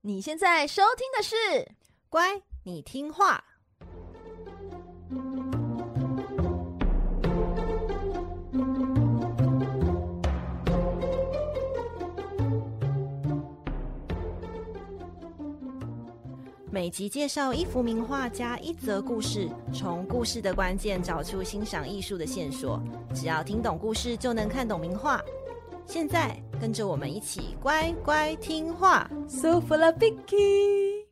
你现在收听的是乖，你听话。每集介绍一幅名画加一则故事，从故事的关键找出欣赏艺术的线索。只要听懂故事，就能看懂名画。现在跟着我们一起乖乖听话。 So full of Vicky。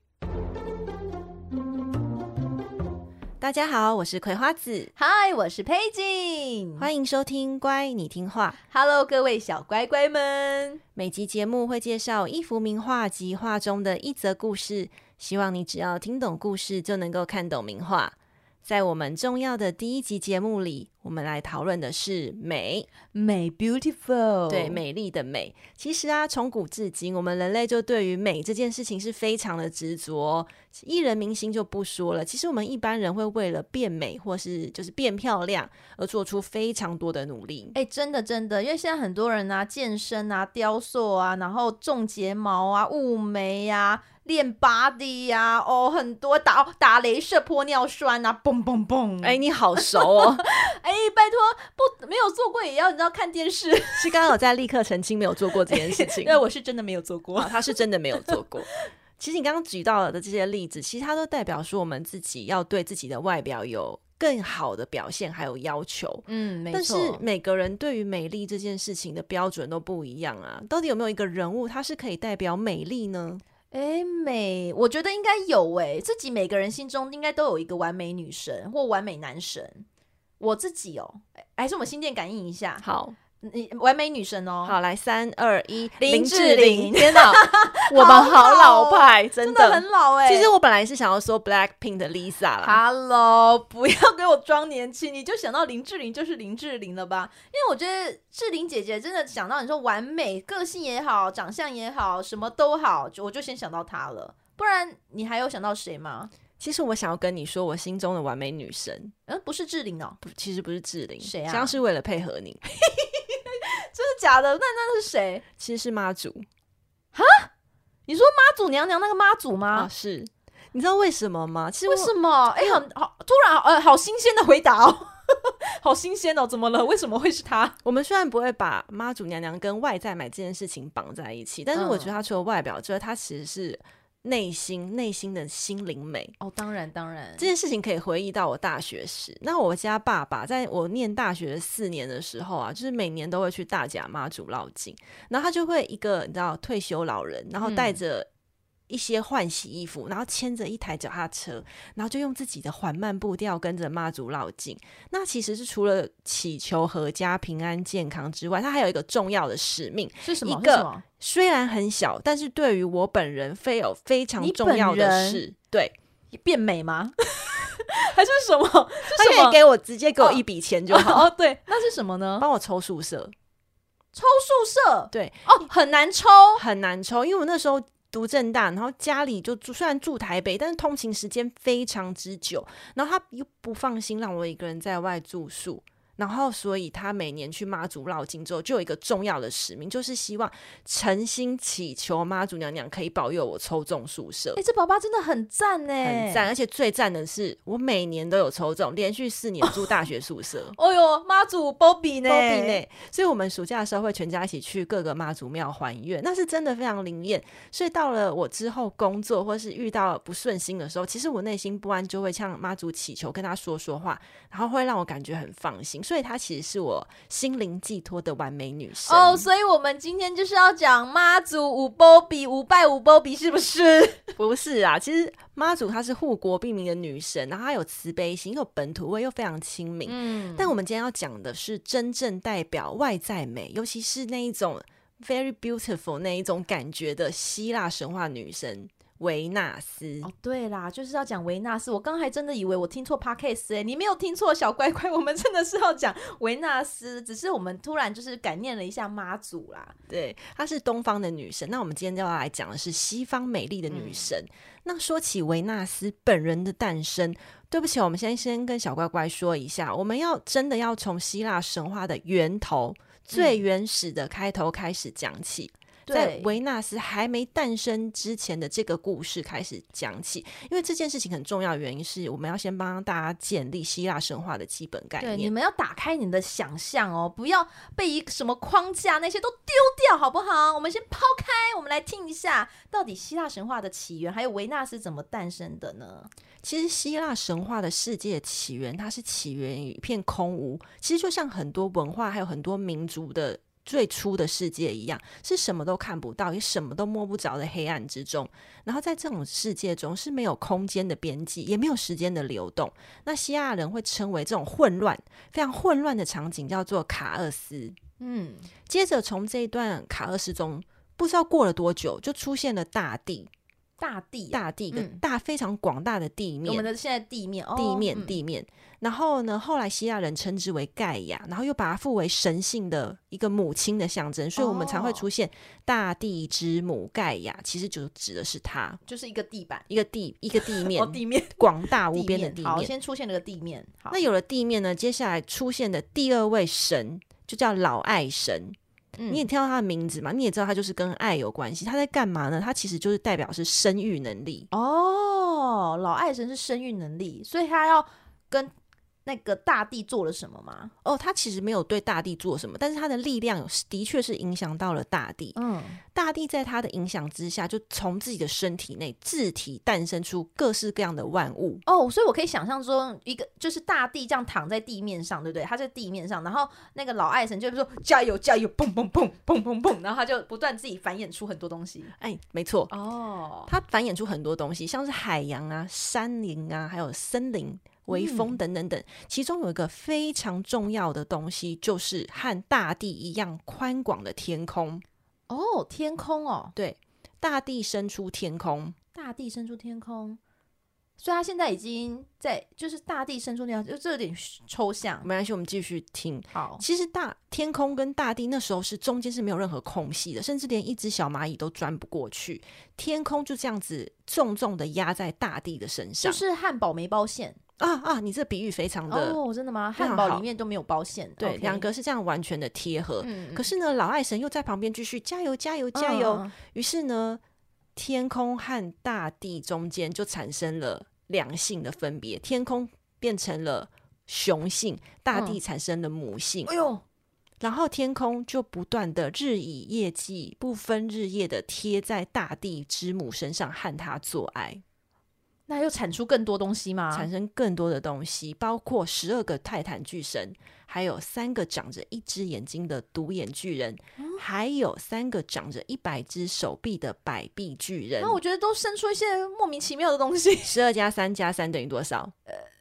大家好，我是葵花子。 嗨，我是佩锦。 欢迎收听乖，你听话。 Hello， 各位小乖乖们。 每集节目会介绍一幅名画及画中的一则故事，希望你只要听懂故事，就能够看懂名画。在我们重要的第一集节目里，我们来讨论的是美 beautiful。 对，美丽的美。其实啊，从古至今，我们人类就对于美这件事情是非常的执着。艺人明星就不说了，其实我们一般人会为了变美或是就是变漂亮而做出非常多的努力。 真的，因为现在很多人啊，健身啊，雕塑啊，然后种睫毛啊，雾眉啊，练 body 呀、很多打雷射玻尿酸啊，嘣嘣嘣！ 你好熟哦！ 拜托，没有做过也要你知道看电视。 是刚刚有在立刻澄清没有做过这件事情， 因为我是真的没有做过， 他是真的没有做过。其实你刚刚举到的这些例子，其实它都代表说我们自己要对自己的外表有更好的表现还有要求。 没错。 但是每个人对于美丽这件事情的标准都不一样啊，到底有没有一个人物他是可以代表美丽呢？ 美，我觉得应该有自己每个人心中应该都有一个完美女神或完美男神。我自己还是我们心电感应一下。 好， 完美女神好，来3、2、1， 林志玲。 天哪，我们好老派，真的很老其实我本来是想要说 Blackpink 的 Lisa 啦。 Hello， 不要给我装年轻，你就想到林志玲就是林志玲了吧？因为我觉得志玲姐姐真的想到你说完美，个性也好，长相也好，什么都好，我就先想到她了。不然你还有想到谁吗？ 其实我想要跟你说，我心中的完美女神， 不是志玲哦， 其实不是志玲， 谁啊？ 像是为了配合你。 真的假的？那是谁？ 其实是妈祖。 哈？你说妈祖娘娘那个妈祖吗？ 是。你知道为什么吗？其实为什么？好突然，好新鲜的回答哦。好新鲜哦，怎么了？为什么会是她？ 我们虽然不会把妈祖娘娘跟外在美这件事情绑在一起，但是我觉得她除了外表之外，她其实是内心的心灵美。 当然这件事情可以回忆到我大学时。那我家爸爸在我念大学4年的时候啊，就是每年都会去大甲妈祖绕境，然后他就会一个你知道退休老人，然后带着一些换洗衣服，然后牵着一台脚踏车，然后就用自己的缓慢步调跟着妈祖绕境。那其实是除了祈求阖家平安健康之外，他还有一个重要的使命。 是什么？ 一个虽然很小，但是对于我本人非常重要的事。对， 变美吗？还是什么？ 他可以直接给我一笔钱就好。 对，那是什么呢？ 帮我抽宿舍。 抽宿舍？ 对。 很难抽， 很难抽，因为我那时候读政大，然后家里就虽然住台北，但是通勤时间非常之久，然后他又不放心让我一个人在外住宿，然后所以他每年去妈祖绕境之后，就有一个重要的使命，就是希望诚心祈求妈祖娘娘可以保佑我抽中宿舍。 这爸爸真的很赞很赞，而且最赞的是我每年都有抽中，连续4年住大学宿舍。 妈祖 Bobby 呢？ 所以我们暑假的时候会全家一起去各个妈祖庙还愿，那是真的非常灵验。所以到了我之后工作或是遇到不顺心的时候，其实我内心不安就会向妈祖祈求，跟他说话，然后会让我感觉很放心。所以她其实是我心灵寄托的完美女神。 所以我们今天就是要讲妈祖五 Bobby 五拜五 Bobby 是不是？ 不是啊，其实妈祖她是护国庇民的女神，然后她有慈悲心，又本土味，又非常亲民。但我们今天要讲的是真正代表外在美，尤其是那一种 very beautiful 那一种感觉的希腊神话女神维纳斯。 对啦，就是要讲维纳斯。我刚还真的以为我听错 podcast 你没有听错，小乖乖，我们真的是要讲维纳斯，只是我们突然就是感念了一下妈祖啦。 对，她是东方的女神，那我们今天就要来讲的是西方美丽的女神。那说起维纳斯本人的诞生，对不起，我们先跟小乖乖说一下，我们真的要从希腊神话的源头最原始的开头开始讲起。 在维纳斯还没诞生之前的这个故事开始讲起，因为这件事情很重要的原因是我们要先帮大家建立希腊神话的基本概念。 对，你们要打开你的想象哦，不要被一个什么框架那些都丢掉，好不好？我们先抛开，我们来听一下到底希腊神话的起源还有维纳斯怎么诞生的呢？ 其实希腊神话的世界起源，它是起源于一片空无，其实就像很多文化还有很多民族的最初的世界一样，是什么都看不到也什么都摸不着的黑暗之中。然后在这种世界中是没有空间的边际，也没有时间的流动。那希腊人会称为这种混乱非常混乱的场景叫做卡厄斯。接着从这一段卡厄斯中不知道过了多久，就出现了大地一个非常广大的地面， 我们的现在地面然后呢，后来希腊人称之为盖亚，然后又把它赋为神性的一个母亲的象征，所以我们常会出现大地之母盖亚，其实就指的是它， 就是一个地板， 一个地面地面广大无边的地面。 好，先出现了个地面。好， 那有了地面呢，接下来出现的第二位神就叫老爱神。你也听到他的名字嘛，你也知道他就是跟爱有关系。他在干嘛呢？他其实就是代表是生育能力。 老爱神是生育能力，所以他要跟那个大地做了什么吗？ 他其实没有对大地做什么，但是他的力量的确是影响到了大地。大地在他的影响之下，就从自己的身体内自体诞生出各式各样的万物。 所以我可以想象说，一个就是大地这样躺在地面上，对不对？他在地面上，然后那个老爱神就说加油加油，砰砰砰砰砰砰，然后他就不断自己繁衍出很多东西。 没错。他繁衍出很多东西，像是海洋啊、山林啊，还有森林、微风等等等。其中有一个非常重要的东西，就是和大地一样宽广的天空。 天空对，大地伸出天空， 所以他现在已经在，就是大地伸出天空，就这有点抽象。 没关系，我们继续听。 好， 其实天空跟大地那时候是中间是没有任何空隙的，甚至连一只小蚂蚁都钻不过去。天空就这样子重重的压在大地的身上， 就是汉堡没包馅。 你这比喻非常的真的吗？汉堡里面都没有包馅。 对，两个是这样完全的贴合。可是呢，老爱神又在旁边继续加油加油加油。于是呢，天空和大地中间就产生了两性的分别，天空变成了雄性，大地产生了母性。然后天空就不断的日以夜继，不分日夜的贴在大地之母身上和他做爱。 那又产出更多东西吗？ 产生更多的东西，包括12个泰坦巨神，还有3个长着1只眼睛的独眼巨人，还有3个长着100只手臂的百臂巨人。 那我觉得都生出一些莫名其妙的东西。 12加3加3等于多少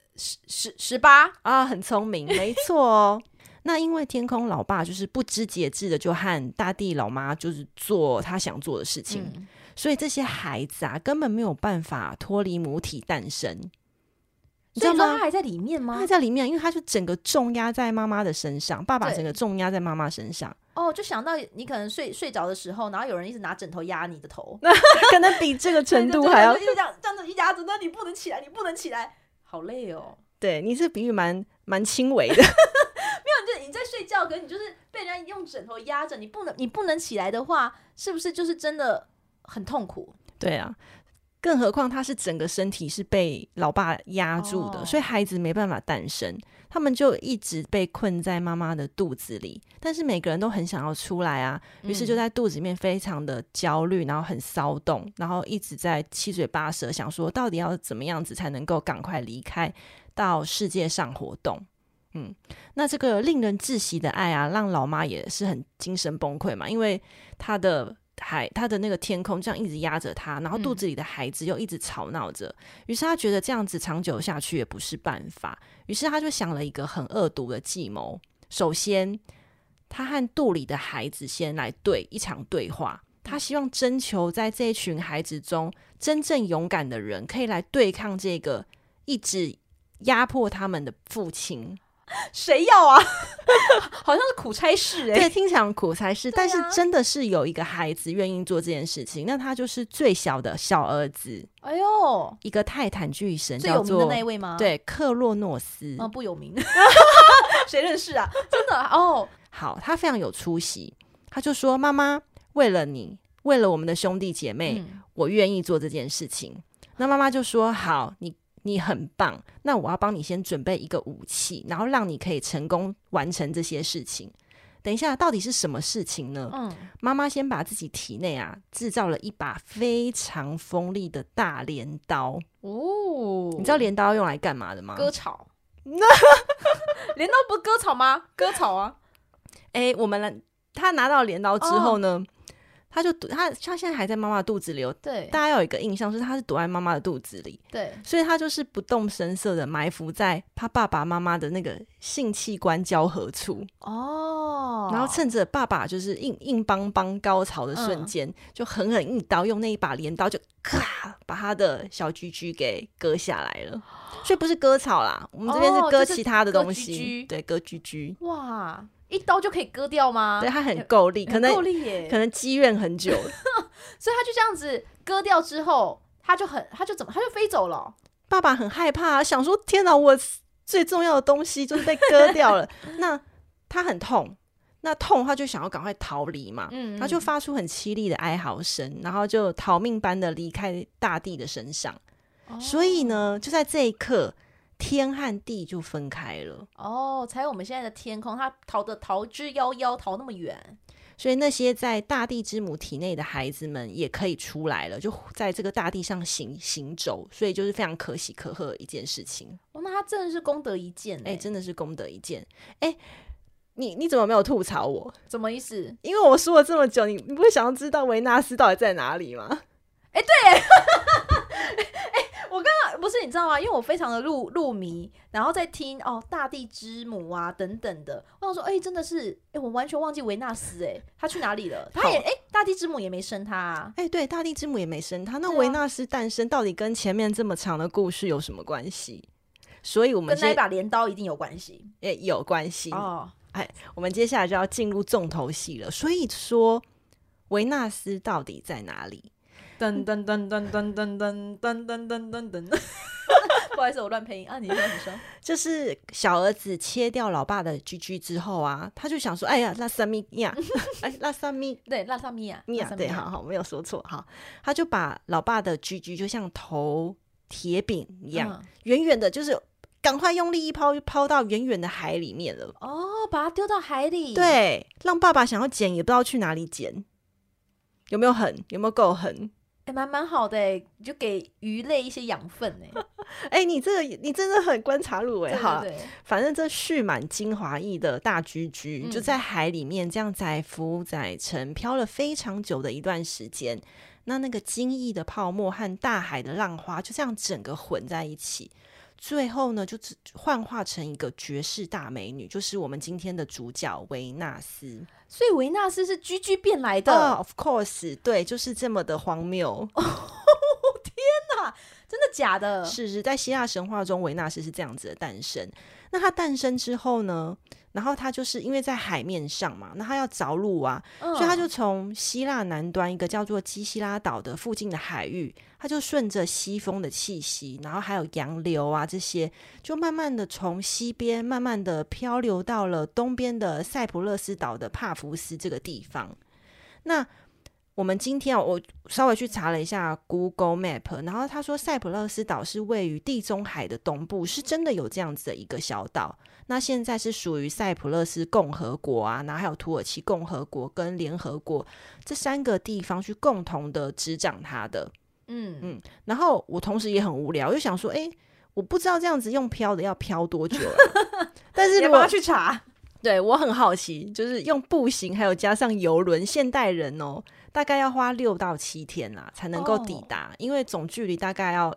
？18 很聪明，没错那因为天空老爸就是不知节制的就和大地老妈就是做他想做的事情，所以这些孩子根本没有办法脱离母体诞生。 你知道吗？他还在里面吗？ 他还在里面，因为他就整个重压在妈妈的身上，爸爸整个重压在妈妈身上。 就想到你可能睡着的时候，然后有人一直拿枕头压你的头， 可能比这个程度还要一直这样子压着，那你不能起来，你不能起来，好累哦。 对，你这比喻蛮轻微的。 没有，你在睡觉，可是你就是被人家用枕头压着，你不能起来的话，是不是就是真的很痛苦？ 对啊，更何况他是整个身体是被老爸压住的，所以孩子没办法诞生，他们就一直被困在妈妈的肚子里。但是每个人都很想要出来啊，于是就在肚子里面非常的焦虑，然后很骚动，然后一直在七嘴八舌想说到底要怎么样子才能够赶快离开到世界上活动。那这个令人窒息的爱让老妈也是很精神崩溃嘛，因为她的那个天空这样一直压着她，然后肚子里的孩子又一直吵闹着，于是她觉得这样子长久下去也不是办法，于是她就想了一个很恶毒的计谋。首先她和肚里的孩子先来一场对话，她希望征求在这一群孩子中真正勇敢的人可以来对抗这个一直压迫他们的父亲。 谁要啊？好像是苦差事对，听起来很苦差事，但是真的是有一个孩子愿意做这件事情，那他就是最小的小儿子。一个泰坦巨神最有名的那一位吗？ 对，克洛诺斯。 不有名。谁认识啊？真的好，他非常有出息，他就说：妈妈， 为了你，为了我们的兄弟姐妹，我愿意做这件事情。那妈妈就说好，你很棒，那我要帮你先准备一个武器，然后让你可以成功完成这些事情。等一下，到底是什么事情呢？妈妈先把自己体内制造了一把非常锋利的大镰刀。你知道镰刀用来干嘛的吗？ 割草。镰刀不是割草吗？割草啊。 他拿到镰刀之后呢，他现在还在妈妈的肚子里。 对， 大家有一个印象是他是躲在妈妈的肚子里。 对， 所以他就是不动声色的埋伏在他爸爸妈妈的那个性器官交合处。然后趁着爸爸就是硬邦邦高潮的瞬间，就狠狠一刀，用那一把镰刀就咔把他的小居居给割下来了。所以不是割草啦，我们这边是割其他的东西。对，割居居。 哇，一刀就可以割掉吗？ 对，他很够力，可能积怨很久所以他就这样子割掉之后，他就飞走了。 爸爸很害怕想说天哪，我最重要的东西就是被割掉了那他很痛，那痛他就想要赶快逃离嘛，他就发出很凄厉的哀嚎声，然后就逃命般的离开大地的身上。所以呢，就在这一刻，天和地就分开了。 才有我们现在的天空，他逃之夭夭，逃那么远。 所以那些在大地之母体内的孩子们也可以出来了，就在这个大地上行走。所以就是非常可喜可贺的一件事情。 那他真的是功德一件。 真的是功德一件。你怎么没有吐槽我？ 什么意思？ 因为我说了这么久，你不会想要知道维纳斯到底在哪里吗？ 对我刚刚不是你知道吗？因为我非常的入迷，然后在听大地之母啊等等的，我想说真的是我完全忘记维纳斯他去哪里了？他也大地之母也没生他啊。 对，大地之母也没生他。那维纳斯诞生到底跟前面这么长的故事有什么关系？所以我们跟那一把镰刀一定有关系。 有关系我们接下来就要进入重头戏了。所以说维纳斯到底在哪里？ 噔噔噔噔噔噔噔噔噔噔噔噔不好意思，我乱配音你说就是小儿子切掉老爸的居居之后他就想说拉萨米亚拉萨米对拉萨米亚对，好没有说错。好，他就把老爸的居居就像投铁饼一样，远远的就是赶快用力一抛，就抛到远远的海里面了。 把它丢到海里。 对，让爸爸想要捡也不知道去哪里捡。有没有狠？有没有够狠？ 蛮好的你就给鱼类一些养分你真的很观察入好， 对， 反正这蓄满精华液的大居居就在海里面这样载浮载沉漂了非常久的一段时间。那个精液的泡沫和大海的浪花就这样整个混在一起，最后呢就幻化成一个绝世大美女，就是我们今天的主角维纳斯。 所以维纳斯是居居变来的 ？Of course， 对，就是这么的荒谬。 天哪，真的假的？ 是在希腊神话中，维纳斯是这样子的诞生。那他诞生之后呢，然后他就是因为在海面上嘛，那他要着陆所以他就从希腊南端一个叫做基西拉岛的附近的海域，他就顺着西风的气息，然后还有洋流这些，就慢慢的从西边慢慢的漂流到了东边的塞浦路斯岛的帕福斯这个地方。那我们今天我稍微去查了一下 Google Map， 然后他说塞浦路斯岛是位于地中海的东部，是真的有这样子的一个小岛。那现在是属于塞浦路斯共和国然后还有土耳其共和国跟联合国这3个地方去共同的执掌它的。然后我同时也很无聊，就想说我不知道这样子用漂的要漂多久但是如果要去查， 对，我很好奇，就是用步行还有加上邮轮，现代人大概要花6到7天才能够抵达，因为总距离大概要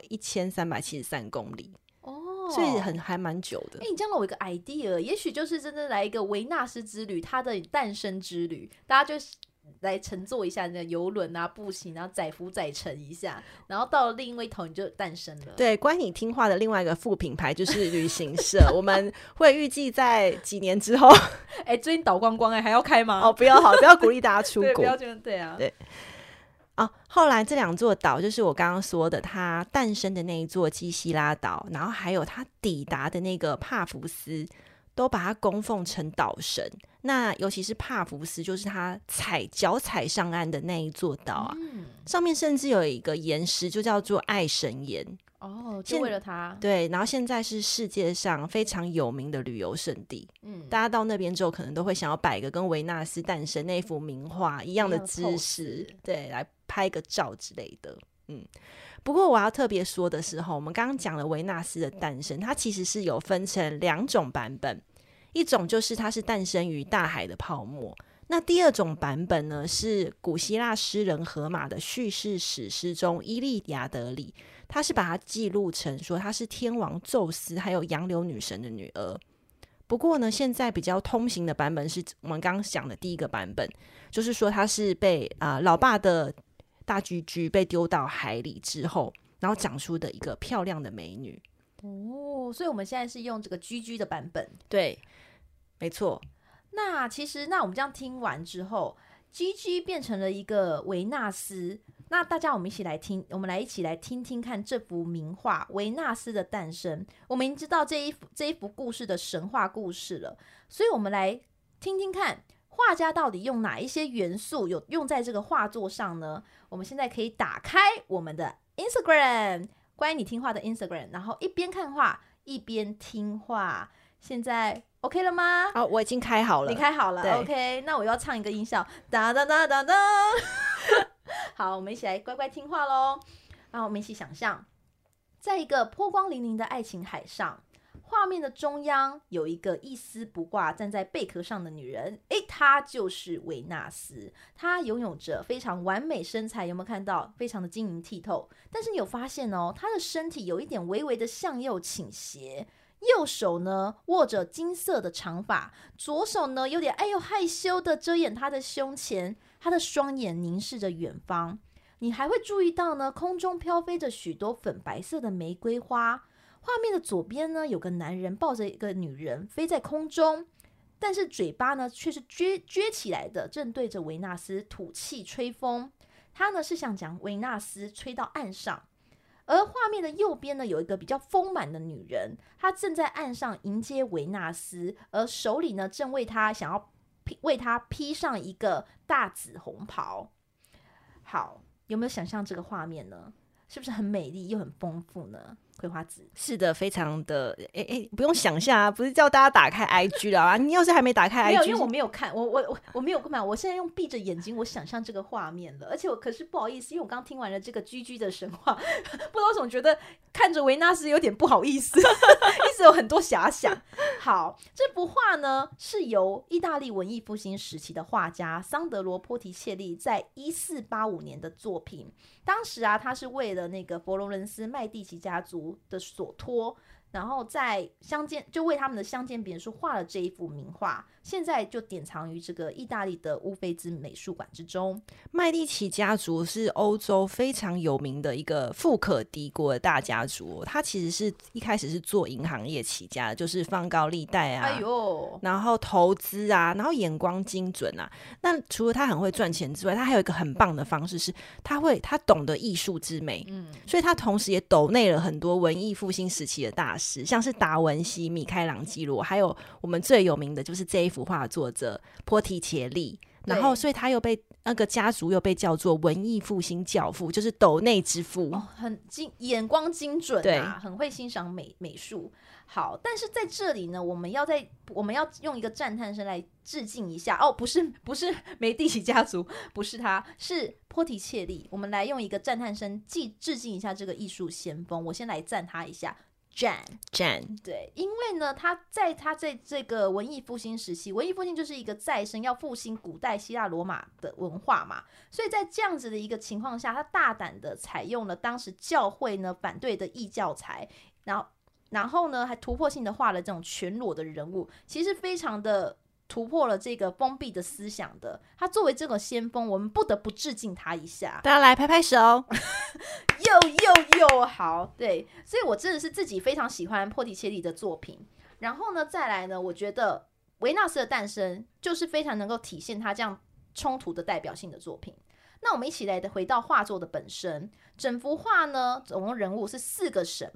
1373公里所以还蛮久的。 你这样让我有一个 idea， 也许就是真的来一个维纳斯之旅，它的诞生之旅，大家就来乘坐一下那个游轮步行，然后载浮载沉一下，然后到了另一头你就诞生了。 对，关你听话的另外一个副品牌就是旅行社我们会预计在几年之后最近倒光光还要开吗？ 不要不要鼓励大家出国对，不要对啊， 对后来这2座岛就是我刚刚说的它诞生的那一座基西拉岛，然后还有它抵达的那个帕福斯， 都把他供奉成岛神。那尤其是帕福斯，就是他脚踩上岸的那一座岛啊，上面甚至有一个岩石，就叫做爱神岩。 哦，就为了他。 对，然后现在是世界上非常有名的旅游胜地。大家到那边之后，可能都会想要摆个跟维纳斯诞生那幅名画一样的姿势，对，来拍个照之类的。不过我要特别说的是，我们刚刚讲了维纳斯的诞生，它其实是有分成2种版本。一种就是它是诞生于大海的泡沫，那第2种版本呢，是古希腊诗人荷马的叙事史诗中《伊利亚德》里，他是把它记录成说他是天王宙斯还有杨柳女神的女儿。不过呢，现在比较通行的版本是我们刚刚讲的第一个版本，就是说他是被老爸的大居居被丢到海里之后，然后长出的一个漂亮的美女。 哦，所以我们现在是用这个居居的版本。 对，没错。 那其实，那我们这样听完之后，居居变成了一个维纳斯。那大家我们一起来听听看这幅名画《维纳斯的诞生》。我们已经知道这一幅故事的神话故事了，所以我们来听听看画家到底用哪一些元素有用在这个画作上呢？我们现在可以打开我们的 Instagram。关于你听话的 Instagram， 然后一边看画一边听话。现在 OK 了吗？ 好，我已经开好了。 你开好了 OK， 那我要唱一个音效，哒哒哒哒哒好，我们一起来乖乖听话咯。然后我们一起想象，在一个波光粼粼的爱情海上，画面的中央有一个一丝不挂站在贝壳上的女人，她就是维纳斯。她拥有着非常完美身材，有没有看到？非常的晶莹剔透。但是你有发现哦，她的身体有一点微微的向右倾斜，右手呢握着金色的长发，左手呢有点害羞的遮掩她的胸前，她的双眼凝视着远方。你还会注意到呢，空中飘飞着许多粉白色的玫瑰花。画面的左边呢，有个男人抱着一个女人飞在空中，但是嘴巴呢却是撅起来的，正对着维纳斯吐气吹风。他呢是想将维纳斯吹到岸上。而画面的右边呢，有一个比较丰满的女人，她正在岸上迎接维纳斯，而手里呢正为他披上一个大紫红袍。好，有没有想象这个画面呢？是不是很美丽又很丰富呢？葵花籽是的，非常的不用想象啊，不是叫大家打开 IG 了啊。你要是还没打开 IG， 没有，因为我没有看，我没有干嘛，我现在用闭着眼睛，我想象这个画面了。而且可是不好意思，因为我刚听完了这个居居的神话，不知道为什么觉得看着维纳斯有点不好意思，一直有很多遐想。好，这幅画呢是由意大利文艺复兴时期的画家桑德罗·波提切利在1485年的作品。当时啊，他是为了那个佛罗伦斯麦蒂奇家族的所托，然后在就为他们的乡间别墅画了这一幅名画，现在就典藏于这个意大利的乌菲兹美术馆之中。 麦蒂奇家族是欧洲非常有名的一个富可敌国的大家族，他其实是一开始是做银行业起家的，就是放高利贷啊，然后投资啊，然后眼光精准啊。那除了他很会赚钱之外，他还有一个很棒的方式是他懂得艺术之美，所以他同时也抖内了很多文艺复兴时期的大师，像是达文西、米开朗基罗，还有我们最有名的就是这一幅画作者波提切利。然后所以他又被那个家族又被叫做文艺复兴教父，就是斗内之父， 很眼光精准啊，很会欣赏美术。好，但是在这里呢，我们要用一个赞叹声来致敬一下不是梅蒂奇家族，不是他，是波提切利。我们来用一个赞叹声致敬一下这个艺术先锋。我先来赞他一下。Jan， 对，因为呢，他在这个文艺复兴时期，文艺复兴就是一个再生，要复兴古代希腊罗马的文化嘛，所以在这样子的一个情况下，他大胆的采用了当时教会呢反对的异教材，然后呢还突破性的画了这种全裸的人物，其实非常的突破了这个封闭的思想的。他作为这个先锋，我们不得不致敬他一下。 大家来拍拍手。 又好，对，所以我真的是自己非常喜欢波提切利的作品。然后呢，再来呢，我觉得维纳斯的诞生就是非常能够体现他这样冲突的代表性的作品。那我们一起来回到画作的本身，整幅画呢，总共人物是4个神嘛。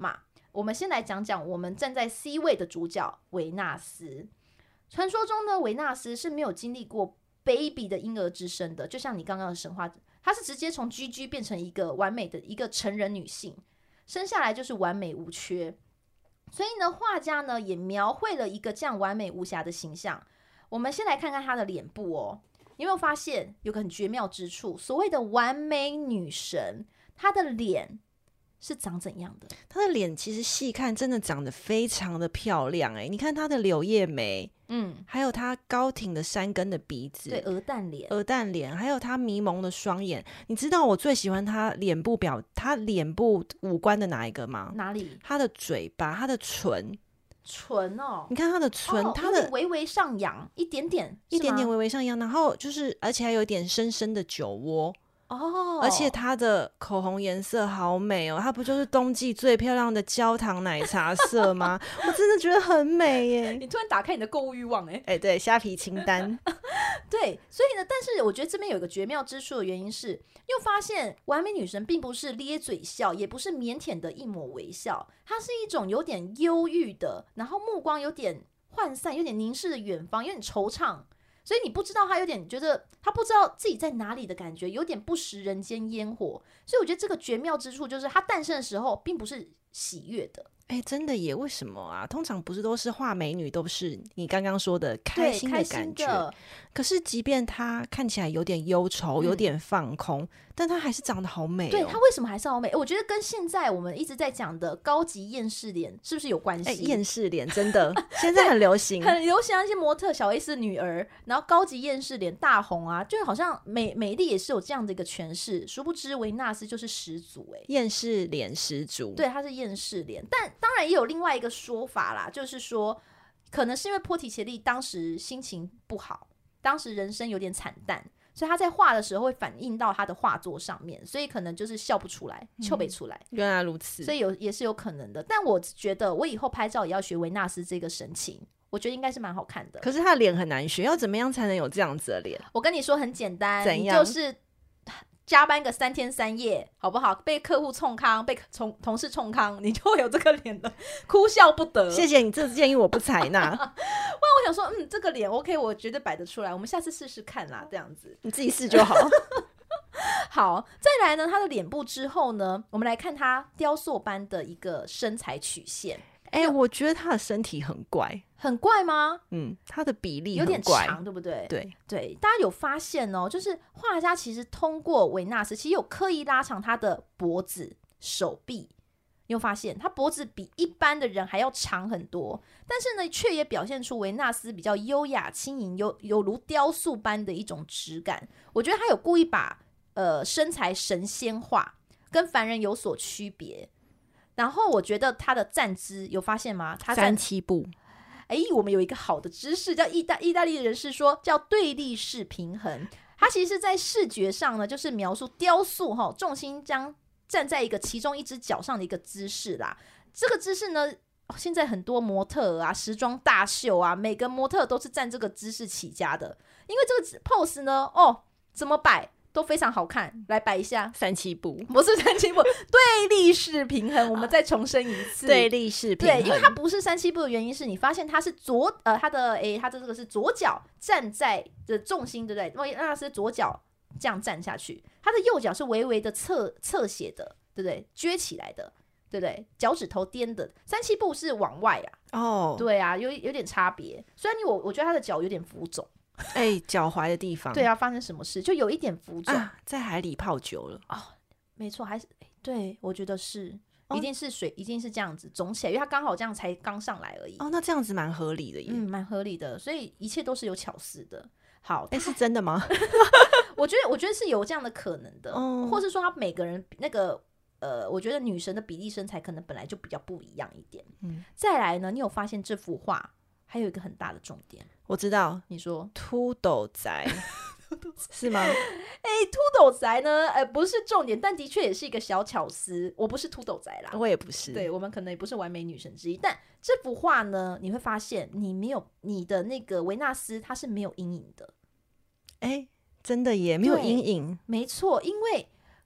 我们先来讲讲我们站在 C 位的主角维纳斯。传说中呢，维纳斯是没有经历过 baby 的婴儿之身的，就像你刚刚的神话，她是直接从 GG 变成一个完美的一个成人女性，生下来就是完美无缺。所以呢，画家呢也描绘了一个这样完美无瑕的形象。我们先来看看她的脸部哦，你有没有发现有个很绝妙之处？所谓的完美女神，她的脸是长怎样的？ 她的脸其实细看真的长得非常的漂亮你看她的柳叶眉，还有她高挺的山根的鼻子， 对，鹅蛋脸， 还有她迷蒙的双眼。你知道我最喜欢她脸部五官的哪一个吗？ 哪里？ 她的嘴巴，她的唇哦， 你看她的唇，她的微微上扬，一点点微微上扬，然后就是而且还有一点深深的酒窝。而且它的口红颜色好美哦，它不就是冬季最漂亮的焦糖奶茶色吗？我真的觉得很美耶。 你突然打开你的购物欲望对，虾皮清单对，所以呢，但是我觉得这边有一个绝妙之处的原因是，又发现完美女神并不是咧嘴笑，也不是腼腆的一抹微笑，它是一种有点忧郁的，然后目光有点涣散，有点凝视着远方，有点惆怅，所以你不知道他有点觉得他不知道自己在哪里的感觉，有点不食人间烟火。所以我觉得这个绝妙之处就是他诞生的时候并不是喜悦的。 真的耶，为什么啊？通常不是都是画美女都是你刚刚说的开心的感觉，可是即便她看起来有点忧愁，有点放空，但她还是长得好美对，她为什么还是好美？我觉得跟现在我们一直在讲的高级厌世脸是不是有关系？ 厌世脸真的现在很流行很流行，那些模特小 S 女儿，然后高级厌世脸大红啊，就好像美丽也是有这样的一个诠释。殊不知维纳斯就是始祖厌世脸始祖。 对，她是厌世脸。但当然也有另外一个说法啦，就是说可能是因为波提切利当时心情不好，当时人生有点惨淡，所以他在画的时候会反映到他的画作上面，所以可能就是笑不出来，笑不出来。 原来如此， 所以也是有可能的。但我觉得我以后拍照也要学维纳斯这个神情，我觉得应该是蛮好看的。 可是他的脸很难学，要怎么样才能有这样子的脸？ 我跟你说很简单， 怎样？ 你就是加班个3天3夜，好不好？被客户冲康，被同事冲康，你就会有这个脸了，哭笑不得。 谢谢你，这建议我不采纳。 我想说，这个脸 OK， 我绝对摆得出来。我们下次试试看啦，这样子你自己试就好。 好，再来呢，他的脸部之后呢，我们来看他雕塑般的一个身材曲线。 我觉得他的身体很怪。 很怪吗？ 他的比例有点长，对不对？ 对， 大家有发现哦，就是画家其实通过维纳斯，其实有刻意拉长他的脖子、手臂。你有发现他脖子比一般的人还要长很多，但是呢，却也表现出维纳斯比较优雅、轻盈，有如雕塑般的一种质感。我觉得他有故意把身材神仙化，跟凡人有所区别。然后我觉得他的站姿有发现吗？他 3-7步。 我们有一个好的知识，叫意大利人士说叫对立式平衡。它其实在视觉上呢，就是描述雕塑重心将站在一个其中一只脚上的一个姿势啦。这个姿势呢，现在很多模特啊、时装大秀啊，每个模特都是站这个姿势起家的。因为这个 pose 呢，怎么摆都非常好看。来摆一下 3-7步， 不是3-7步，对立式平衡。我们再重申一次， 对立式平衡。 对，因为它不是3-7步的原因是你发现它是它的这个是左脚站在的重心，对不对？因为那是左脚这样站下去，它的右脚是微微的侧斜的，对不对？撅起来的，对不对？脚趾头颠的。3-7步是往外啊。对啊，有点差别。虽然我觉得他的脚有点浮肿。 脚踝的地方， 对啊，发生什么事就有一点浮肿在海里泡久了没错，还是对，我觉得是一定是水，一定是这样子肿起来，因为他刚好这样才刚上来而已。 那这样子蛮合理的耶。 蛮合理的，所以一切都是有巧思的。好， 是真的吗？ 我觉得是有这样的可能的，或是说他每个人那个我觉得女神的比例身材可能本来就比较不一样一点。再来呢，你有发现这幅画还有一个很大的重点？ 我知道， 你说秃斗宅是吗？ 秃斗宅呢，不是重点，但的确也是一个小巧思。我不是秃斗宅啦， 我也不是。 对，我们可能也不是完美女神之一。但这幅画呢，你会发现你的那个维纳斯，它是没有阴影的。 真的耶，没有阴影。 没错，因为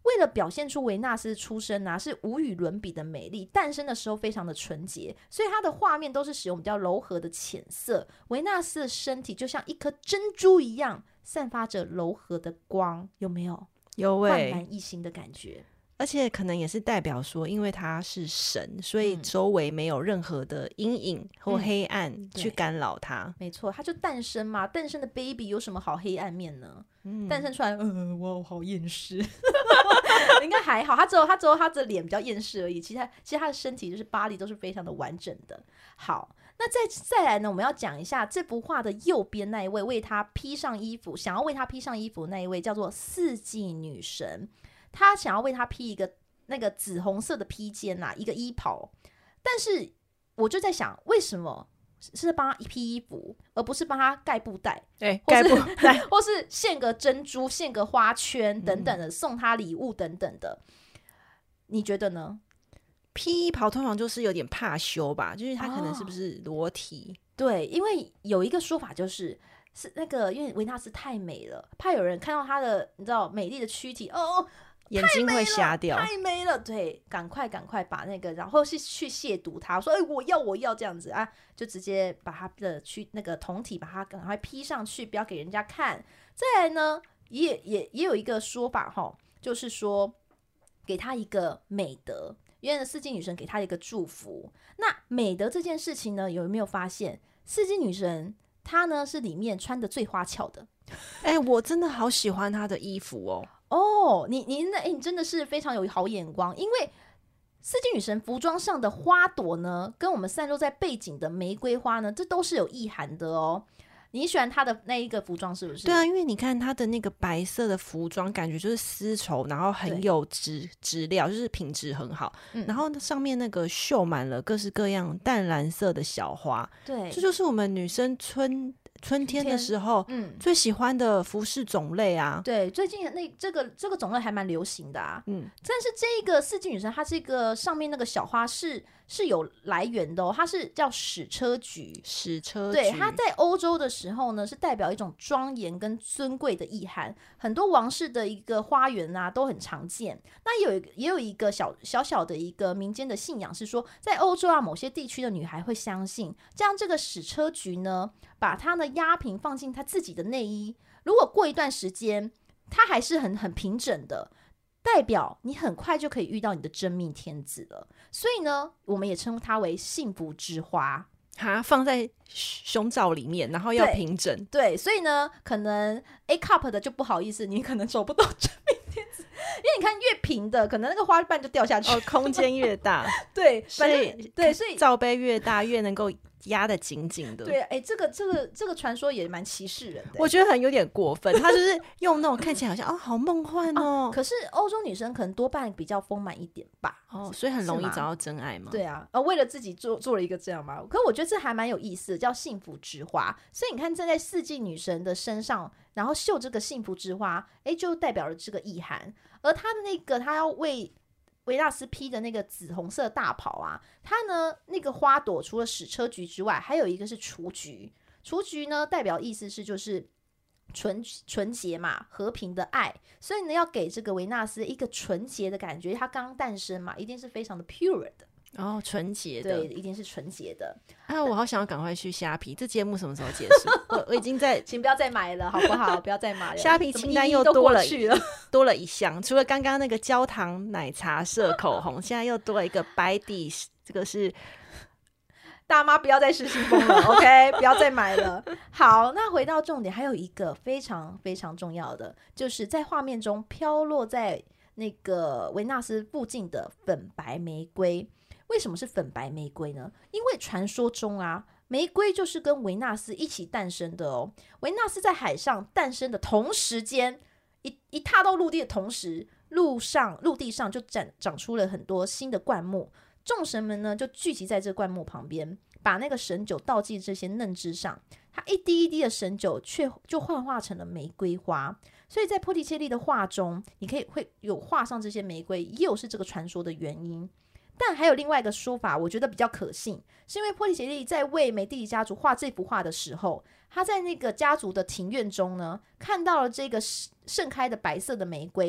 为了表现出维纳斯出生啊是无与伦比的美丽，诞生的时候非常的纯洁，所以它的画面都是使用比较柔和的浅色。维纳斯的身体就像一颗珍珠一样，散发着柔和的光，有没有？ 有焕然一新的感觉。 而且可能也是代表说，因为他是神，所以周围没有任何的阴影或黑暗去干扰他。 没错，他就诞生嘛，诞生的 baby 有什么好黑暗面呢？诞生出来，我好厌世，应该还好。他只有他的脸比较厌世而已，其实他的身体就是巴黎都是非常的完整的。好，那再来呢，我们要讲一下这幅画的右边那一位为他披上衣服，想要为他披上衣服那一位叫做四季女神。他想要为他披一个那个紫红色的披肩啊，一个衣袍，但是我就在想，为什么是帮他披衣服，而不是帮他盖布袋？ 对，盖布袋， 或是献个珍珠、献个花圈等等的，送他礼物等等的，你觉得呢？ 披衣袍通常就是有点怕羞吧，就是他可能是不是裸体？ 对，因为有一个说法就是那个，因为维纳斯太美了，怕有人看到她的你知道美丽的躯体眼睛会瞎掉， 太美了，对，赶快把那个，然后是去亵渎他，说我要这样子啊，就直接把他的那个胴体把它赶快披上去，不要给人家看。再来呢，也有一个说法就是说给他一个美德，因为四季女神给他一个祝福。那美德这件事情呢，有没有发现四季女神她呢是里面穿的最花俏的？ 我真的好喜欢她的衣服哦。 你真的是非常有好眼光，因为四季女神服装上的花朵呢，跟我们散落在背景的玫瑰花呢，这都是有意涵的哦。你喜欢她的那一个服装是不是？ 对啊，因为你看她的那个白色的服装，感觉就是丝绸，然后很有质料，就是品质很好。然后上面那个绣满了各式各样淡蓝色的小花，对，这就是我们女生春天的时候，最喜欢的服饰种类啊。 对，最近这个种类还蛮流行的啊。但是这个四季女神，它这个上面那个小花是有来源的哦，它是叫矢车菊。对，它在欧洲的时候呢，是代表一种庄严跟尊贵的意涵。很多王室的一个花园啊，都很常见。那也有一个小的一个民间的信仰，是说在欧洲啊，某些地区的女孩会相信，将这个矢车菊呢，把它呢压平放进她自己的内衣，如果过一段时间它还是很平整的，代表你很快就可以遇到你的真命天子了。所以呢，我们也称它为幸福之花。 放在胸罩里面，然后要平整。 对，所以呢，可能 A cup 的就不好意思，你可能找不到真命天子，因为你看越平的，可能那个花瓣就掉下去， 空间越大。 对， 所以罩杯越大，越能够压得紧紧的。 对，这个传说也蛮歧视人的。 我觉得有点过分，他就是用那种看起来好像好梦幻哦。 可是欧洲女生可能多半比较丰满一点吧。 所以很容易找到真爱吗？ 对啊，为了自己做了一个这样嘛。可是我觉得这还蛮有意思的，叫幸福之花。所以你看，站在四季女神的身上，然后绣这个幸福之花，就代表了这个意涵。而她的她要为维纳斯披的那个紫红色大袍啊，它呢那个花朵除了矢车菊之外，还有一个是雏菊。雏菊呢代表意思是就是纯洁嘛，和平的爱，所以呢要给这个维纳斯一个纯洁的感觉。他刚诞生嘛，一定是非常的 pure 的纯洁的， 对，一定是纯洁的。 我好想要赶快去虾皮，这节目什么时候结束？我已经在， 请不要再买了，好不好？不要再买了。 虾皮清单又多了一项，除了刚刚那个焦糖奶茶色口红，现在又多了一个白底，这个是。 大妈不要再失心疯了OK 不要再买了。好，那回到重点，还有一个非常非常重要的，就是在画面中飘落在那个维纳斯附近的粉白玫瑰。为什么是粉白玫瑰呢？因为传说中啊，玫瑰就是跟维纳斯一起诞生的哦。维纳斯在海上诞生的同时间，一踏到陆地的同时，陆地上就长出了很多新的灌木。众神们呢就聚集在这灌木旁边，把那个神酒倒进这些嫩枝上，它一滴一滴的神酒就幻化成了玫瑰花。所以在波提切利的画中，你会有画上这些玫瑰，也有是这个传说的原因。但还有另外一个说法，我觉得比较可信，是因为波提切利在为梅蒂奇家族画这幅画的时候，他在那个家族的庭院中呢，看到了这个盛开的白色的玫瑰，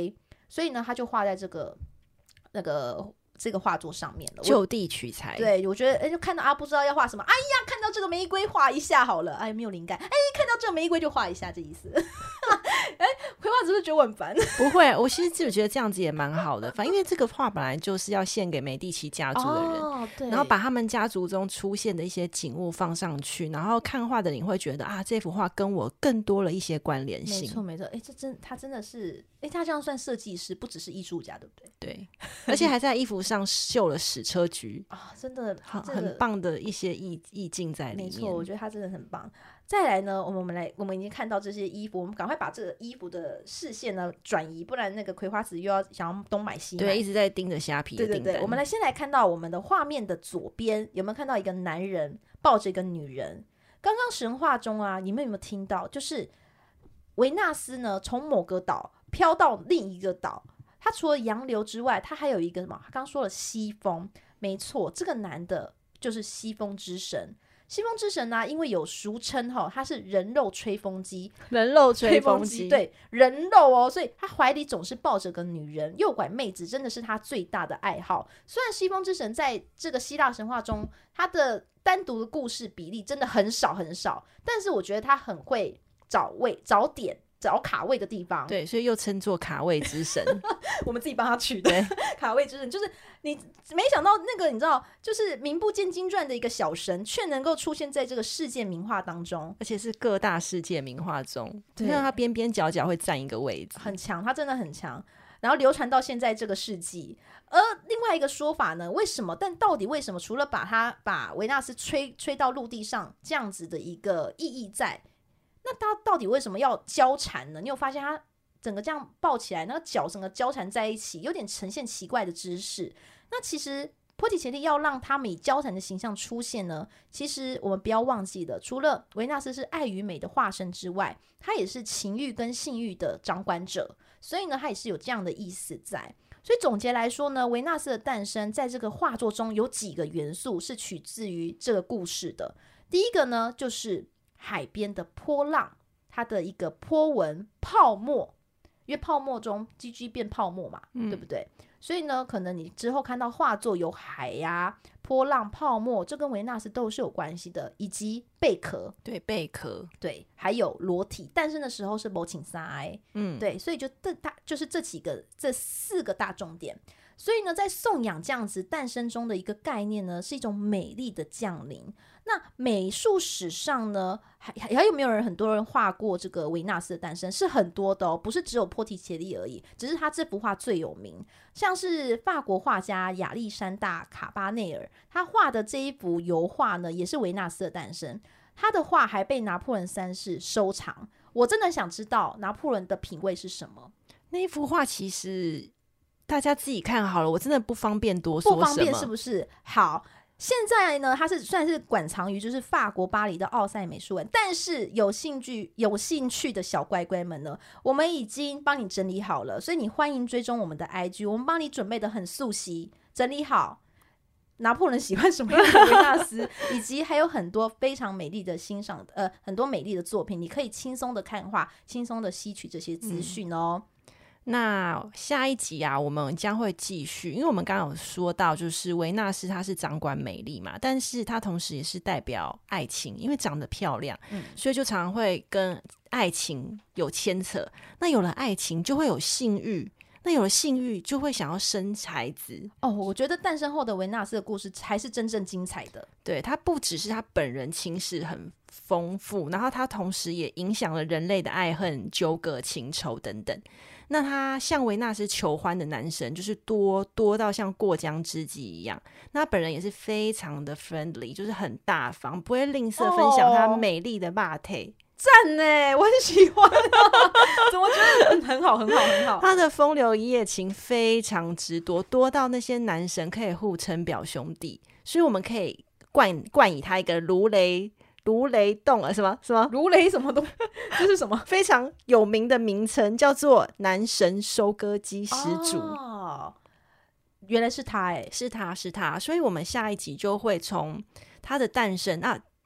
所以呢他就画在这个这个画作上面了， 就地取材。 对，我觉得就看到不知道要画什么，哎呀看到这个玫瑰画一下好了，哎没有灵感，哎看到这个玫瑰就画一下，这意思。哎，葵花是不是觉得我很烦？ 不会，我其实就觉得这样子也蛮好的，反正因为这个画本来就是要献给美第奇家族的人， 对， 然后把他们家族中出现的一些景物放上去，然后看画的人会觉得这幅画跟我更多了一些关联性。 没错没错，哎，他真的是，哎，他这样算设计师，不只是艺术家，对不对？ 对，而且还在衣服上绣了矢车菊真的很棒的一些意境在里面。 没错，我觉得他真的很棒。再来呢，我们已经看到这些衣服，我们赶快把这个衣服的视线呢转移，不然那个葵花籽又要想要东买西买。 对，一直在盯着虾皮的订单。 对，我们先来看到我们的画面的左边，有没有看到一个男人抱着一个女人？刚刚神话中你们有没有听到？就是维纳斯呢，从某个岛飘到另一个岛，他除了洋流之外，他还有一个什么？他刚刚说了西风，没错，这个男的就是西风之神。西风之神呢，因为有俗称他是人肉吹风机， 人肉吹风机， 对，人肉所以他怀里总是抱着个女人，诱拐妹子真的是他最大的爱好。虽然西风之神在这个希腊神话中，他的单独的故事比例真的很少很少，但是我觉得他很会找点找卡位的地方， 对，所以又称作卡位之神。 我们自己帮他取的卡位之神，就是你没想到那个你知道，就是名不见经传的一个小神，却能够出现在这个世界名画当中， 而且是各大世界名画中， 对， 那他边边角角会占一个位置， 很强，他真的很强。然后流传到现在这个世纪。而另外一个说法呢，为什么？但到底为什么？除了把维纳斯吹到陆地上这样子的一个意义在，那他到底为什么要交缠呢？你有发现他整个这样抱起来，那个脚整个交缠在一起，有点呈现奇怪的姿势。那其实波提切利要让他们以交缠的形象出现呢，其实我们不要忘记了，除了维纳斯是爱与美的化身之外，他也是情欲跟性欲的掌管者，所以呢，他也是有这样的意思在。所以总结来说呢，维纳斯的诞生在这个画作中有几个元素是取自于这个故事的。第一个呢，就是海边的波浪，它的一个波纹泡沫，因为泡沫中 GG 变泡沫嘛，对不对？所以呢，可能你之后看到画作有海波浪、泡沫，这跟维纳斯都是有关系的，以及贝壳， 对，贝壳， 对，还有裸体诞生的时候是某请撒埃，对，所以就是这四个大重点。所以呢，在颂扬这样子诞生中的一个概念呢，是一种美丽的降临。那美术史上呢，还有没有很多人画过这个维纳斯的诞生？是很多的不是只有波提切利而已，只是他这幅画最有名。像是法国画家亚历山大卡巴内尔，他画的这一幅油画呢，也是维纳斯的诞生。他的画还被拿破仑三世收藏。我真的想知道拿破仑的品味是什么？ 那一幅画其实大家自己看好了，我真的不方便多说什么。 不方便是不是？好，现在呢，它虽然是馆藏于就是法国巴黎的奥赛美术馆，但是有兴趣的小乖乖们呢，我们已经帮你整理好了，所以你欢迎追踪我们的 IG， 我们帮你准备的很素悉，整理好拿破仑喜欢什么样的维纳斯，以及还有很多非常美丽的很多美丽的作品，你可以轻松的看画，轻松的吸取这些资讯哦。 那下一集我们将会继续，因为我们刚刚有说到，就是维纳斯她是掌管美丽嘛，但是她同时也是代表爱情，因为长得漂亮，所以就常常会跟爱情有牵扯。那有了爱情，就会有性欲。那有了性欲就会想要生孩子我觉得诞生后的维纳斯的故事才是真正精彩的。 对，他不只是他本人情史很丰富，然后他同时也影响了人类的爱恨纠葛情仇等等。那他向维纳斯求欢的男神就是多到像过江之鲫一样，那他本人也是非常的 friendly， 就是很大方，不会吝啬分享他美丽的肉体。 赞耶，我很喜欢怎么觉得很好很好。 他的风流一夜情非常之多到那些男神可以互称表兄弟，所以我们可以冠以他一个如雷洞什么如雷什么东这是什么非常有名的名称，叫做男神收割机始祖。 原来是他是他，所以我们下一集就会从他的诞生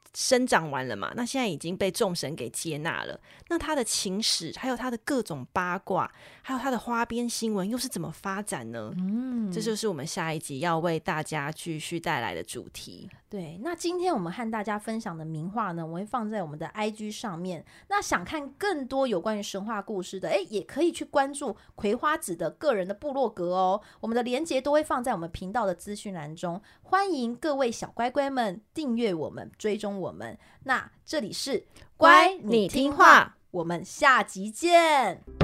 生长完了嘛，那现在已经被众神给接纳了，那他的情史还有他的各种八卦还有他的花边新闻又是怎么发展呢？这就是我们下一集要为大家继续带来的主题。 对，那今天我们和大家分享的名画呢，我会放在我们的 IG 上面。那想看更多有关于神话故事的，也可以去关注葵花子的个人的部落格哦。我们的连结都会放在我们频道的资讯栏中，欢迎各位小乖乖们订阅我们，追踪我们。那这里是乖你听话， 我们下集见。